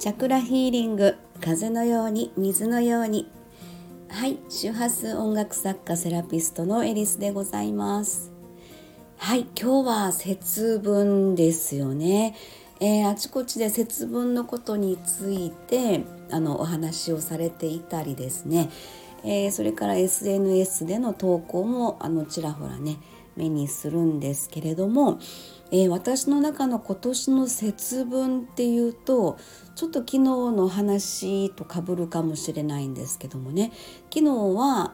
チャクラヒーリング、風のように水のように。はい、周波数音楽作家セラピストのエリスでございます。はい、今日は節分ですよね。あちこちで節分のことについてお話をされていたりですね、それから SNS での投稿もちらほらね目にするんですけれども、私の中の今年の節分っていうとちょっと昨日の話と被るかもしれないんですけどもね、昨日は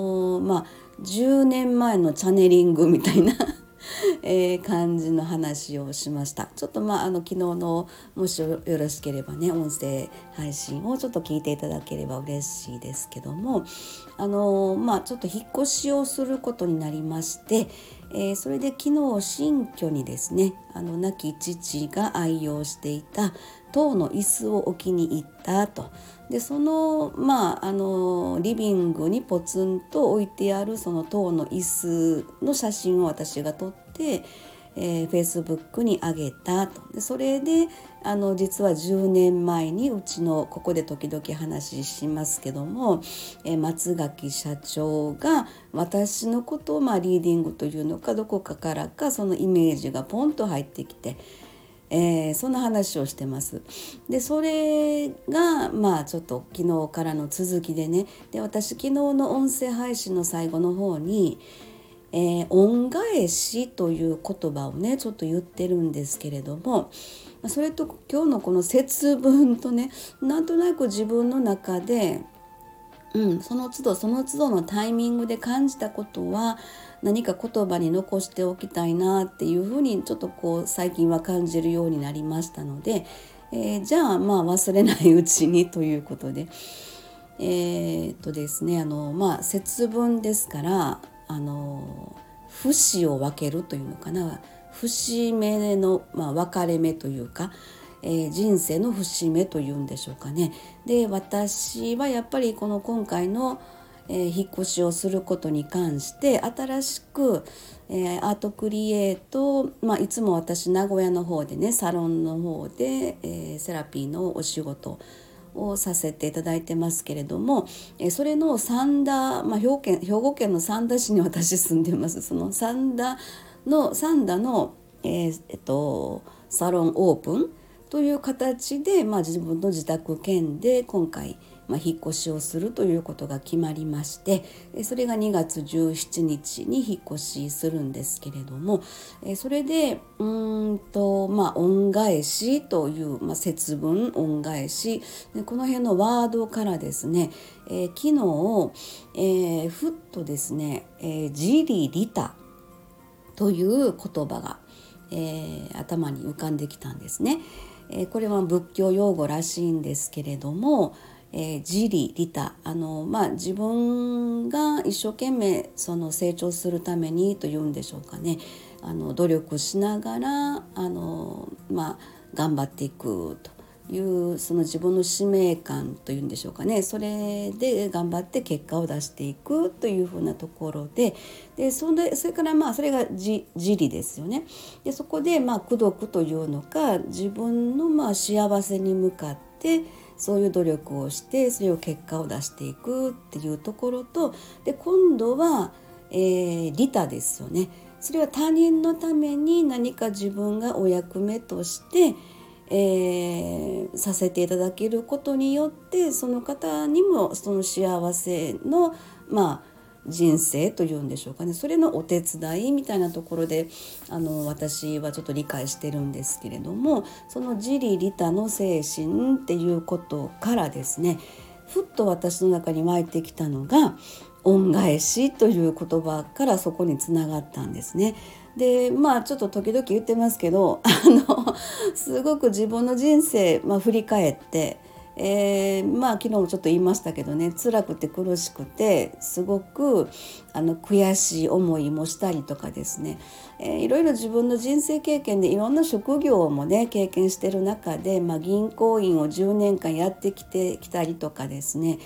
10年前のチャネリングみたいな感じの話をしました。ちょっと昨日のもしよろしければね音声配信をちょっと聞いていただければ嬉しいですけども、ちょっと引っ越しをすることになりまして、それで昨日新居にですね亡き父が愛用していた塔の椅子を置きに行ったと。でそのリビングにポツンと置いてあるその塔の椅子の写真を私が撮って、Facebook に上げたと。でそれで実は10年前にうちのここで時々話しますけども、松垣社長が私のことをリーディングというのかどこかからかそのイメージがポンと入ってきて、そんな話をしてます。でそれがちょっと昨日からの続きでね、で私昨日の音声配信の最後の方に、恩返しという言葉をねちょっと言ってるんですけれども、それと今日のこの節分とねなんとなく自分の中でその都度その都度のタイミングで感じたことは何か言葉に残しておきたいなっていうふうにちょっと最近は感じるようになりましたので、じゃあ忘れないうちにということでですね節分ですから節を分けるというのかな、節目の、分かれ目というか、人生の節目というんでしょうかね。で私はやっぱり今回の、引っ越しをすることに関して新しく、アートクリエイト、いつも私名古屋の方でねサロンの方で、セラピーのお仕事をさせていただいてますけれども、それの三田、兵庫県の三田市に私住んでます。その三田の、サロンオープンという形で、自分の自宅兼で今回、引っ越しをするということが決まりまして、それが2月17日に引っ越しするんですけれども、それで恩返しという、節分恩返し、この辺のワードからですね、昨日、ふっとですね、ジリリタという言葉が、頭に浮かんできたんですね。これは仏教用語らしいんですけれども、自利利他、自分が一生懸命成長するためにというんでしょうかね、努力しながら頑張っていくというその自分の使命感というんでしょうかね、それで頑張って結果を出していくというふうなところで、それからそれが自利ですよね。でそこで功徳というのか自分の幸せに向かってそういう努力をしてそれを結果を出していくっていうところと、で今度は、利他ですよね。それは他人のために何か自分がお役目として、させていただけることによってその方にもその幸せの人生というんでしょうかね、それのお手伝いみたいなところで私はちょっと理解してるんですけれども、その自利利他の精神っていうことからですね、ふっと私の中に湧いてきたのが恩返しという言葉からそこにつながったんですね。でちょっと時々言ってますけどすごく自分の人生、振り返って昨日もちょっと言いましたけどね、辛くて苦しくてすごく悔しい思いもしたりとかですね、いろいろ自分の人生経験でいろんな職業もね経験してる中で、銀行員を10年間やってきたりとかですね、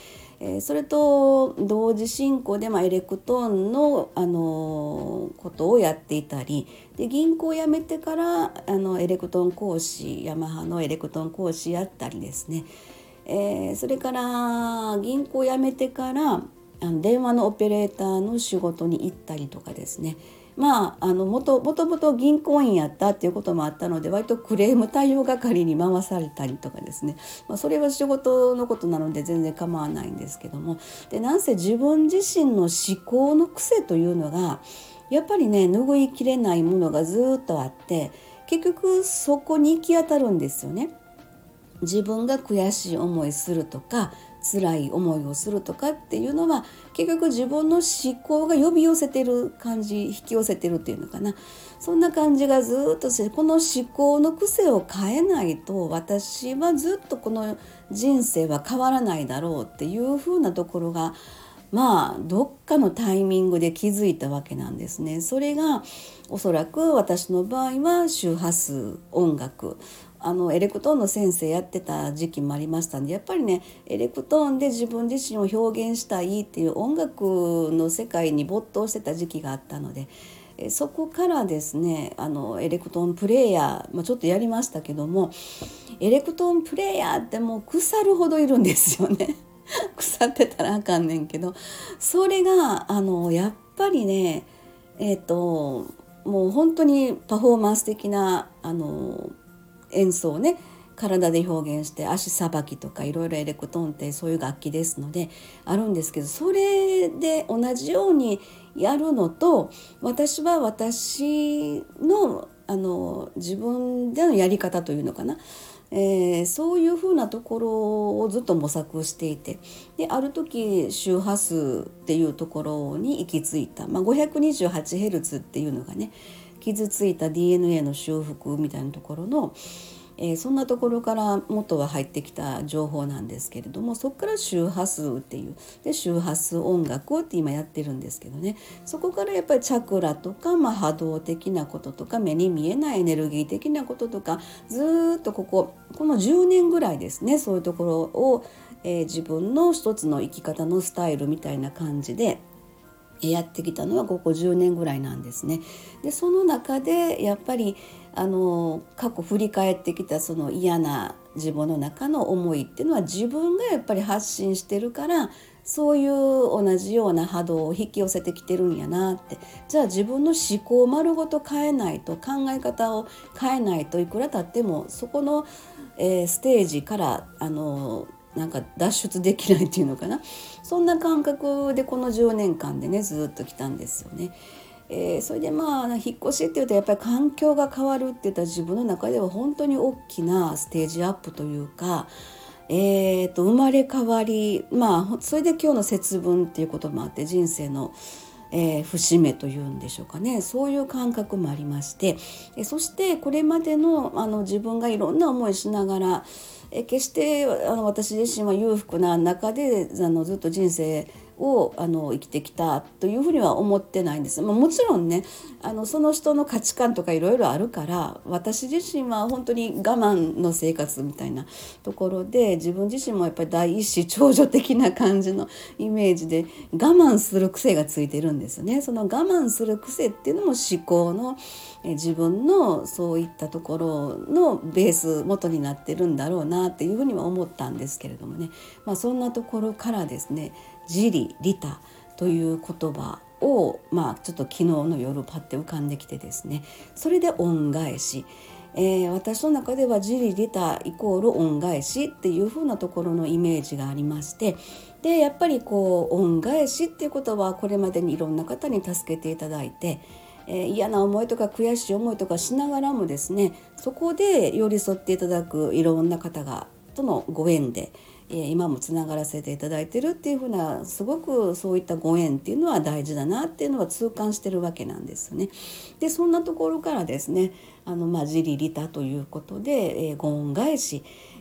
それと同時進行で、エレクトーンの、ことをやっていたりで、銀行を辞めてからエレクトーン講師、ヤマハのエレクトーン講師やったりですね、それから銀行を辞めてから電話のオペレーターの仕事に行ったりとかですね、もともと銀行員やったっていうこともあったので、割とクレーム対応係に回されたりとかですね、それは仕事のことなので全然構わないんですけども、でなんせ自分自身の思考の癖というのがやっぱりね、拭いきれないものがずっとあって、結局そこに行き当たるんですよね。自分が悔しい思いするとか辛い思いをするとかっていうのは、結局自分の思考が呼び寄せてる感じ、引き寄せてるっていうのかな、そんな感じがずっとして、この思考の癖を変えないと私はずっとこの人生は変わらないだろうっていう風なところが、どっかのタイミングで気づいたわけなんですね。それがおそらく私の場合は周波数音楽、エレクトーンの先生やってた時期もありましたんで、やっぱりね、エレクトーンで自分自身を表現したいっていう音楽の世界に没頭してた時期があったので、そこからですね、エレクトーンプレイヤー、ちょっとやりましたけども、エレクトーンプレイヤーってもう腐るほどいるんですよね腐ってたらあかんねんけど、それがやっぱりね、もう本当にパフォーマンス的な演奏をね、体で表現して、足さばきとかいろいろエレクトーンってそういう楽器ですのであるんですけど、それで同じようにやるのと、私は私の自分でのやり方というのかな、そういうふうなところをずっと模索していて、である時周波数っていうところに行き着いた、528Hz っていうのがね、傷ついた DNA の修復みたいなところの、そんなところから元は入ってきた情報なんですけれども、そこから周波数っていうで周波数音楽って今やってるんですけどね、そこからやっぱりチャクラとか、波動的なこととか目に見えないエネルギー的なこととか、ずっとこの10年ぐらいですね、そういうところを、自分の一つの生き方のスタイルみたいな感じでやってきたのはここ10年ぐらいなんですね。でその中でやっぱり過去振り返ってきたその嫌な自分の中の思いっていうのは、自分がやっぱり発信してるから、そういう同じような波動を引き寄せてきてるんやなって。じゃあ自分の思考を丸ごと変えないと、考え方を変えないと、いくら経ってもそこの、ステージからなんか脱出できないっていうのかな、そんな感覚でこの10年間でねずっと来たんですよね。それで引っ越しっていうと、やっぱり環境が変わるって言ったら、自分の中では本当に大きなステージアップというか、生まれ変わり、それで今日の節分っていうこともあって、人生の節目というんでしょうかね、そういう感覚もありまして、そしてこれまでの自分がいろんな思いしながら、決して私自身は裕福な中でずっと人生を生きてきたというふうには思ってないんです。もちろんね、その人の価値観とかいろいろあるから、私自身は本当に我慢の生活みたいなところで、自分自身もやっぱり第一子長女的な感じのイメージで我慢する癖がついてるんですね。その我慢する癖っていうのも思考の自分のそういったところのベース元になってるんだろうなっていうふうには思ったんですけれどもね、そんなところからですね、自利利他という言葉をちょっと昨日の夜パッて浮かんできてですね、それで恩返し、私の中では自利利他イコール恩返しっていう風なところのイメージがありまして、でやっぱり恩返しっていうことは、これまでにいろんな方に助けていただいて、嫌な思いとか悔しい思いとかしながらもですね、そこで寄り添っていただくいろんな方がとのご縁で、今もつながらせていただいてるっていう風な、すごくそういったご縁っていうのは大事だなっていうのは痛感してるわけなんですね。でそんなところからですね、自利利他ということで、ご恩返し、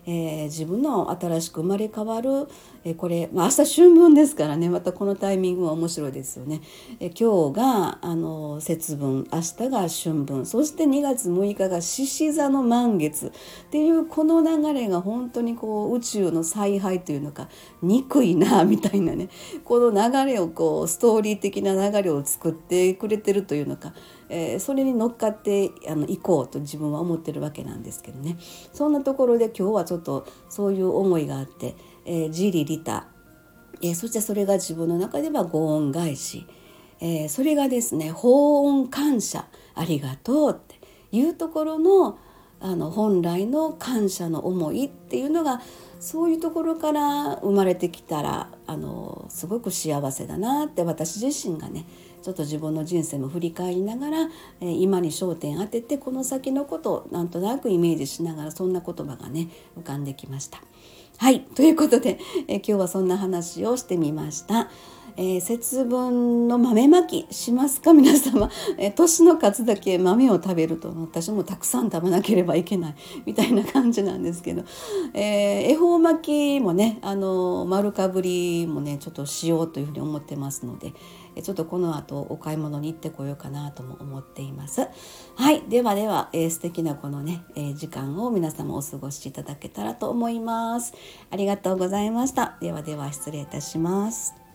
自分の新しく生まれ変わる、これ、明日春分ですからね、またこのタイミングは面白いですよね。今日が節分、明日が春分、そして2月6日が獅子座の満月っていう、この流れが本当にこう宇宙の采配というのか憎いなみたいなね、この流れをこうストーリー的な流れを作ってくれてるというのか、それに乗っかって行こうと自分は思ってるわけなんですけどね。そんなところで今日はちょっとそういう思いがあって、自利利他、そしてそれが自分の中ではご恩返し、それがですね、報恩感謝、ありがとうっていうところの本来の感謝の思いっていうのが、そういうところから生まれてきたらすごく幸せだなって、私自身がねちょっと自分の人生も振り返りながら、今に焦点当ててこの先のことをなんとなくイメージしながら、そんな言葉がね浮かんできました。はい、ということで、今日はそんな話をしてみました。節分の豆まきしますか皆様。年の数だけ豆を食べると、私もたくさん食べなければいけないみたいな感じなんですけど、恵方巻きもね丸かぶりもねちょっとしようというふうに思ってますので、ちょっとこの後お買い物に行ってこようかなとも思っています。はい、ではでは、素敵なこのね、時間を皆様お過ごしいただけたらと思います。ありがとうございました。ではでは失礼いたします。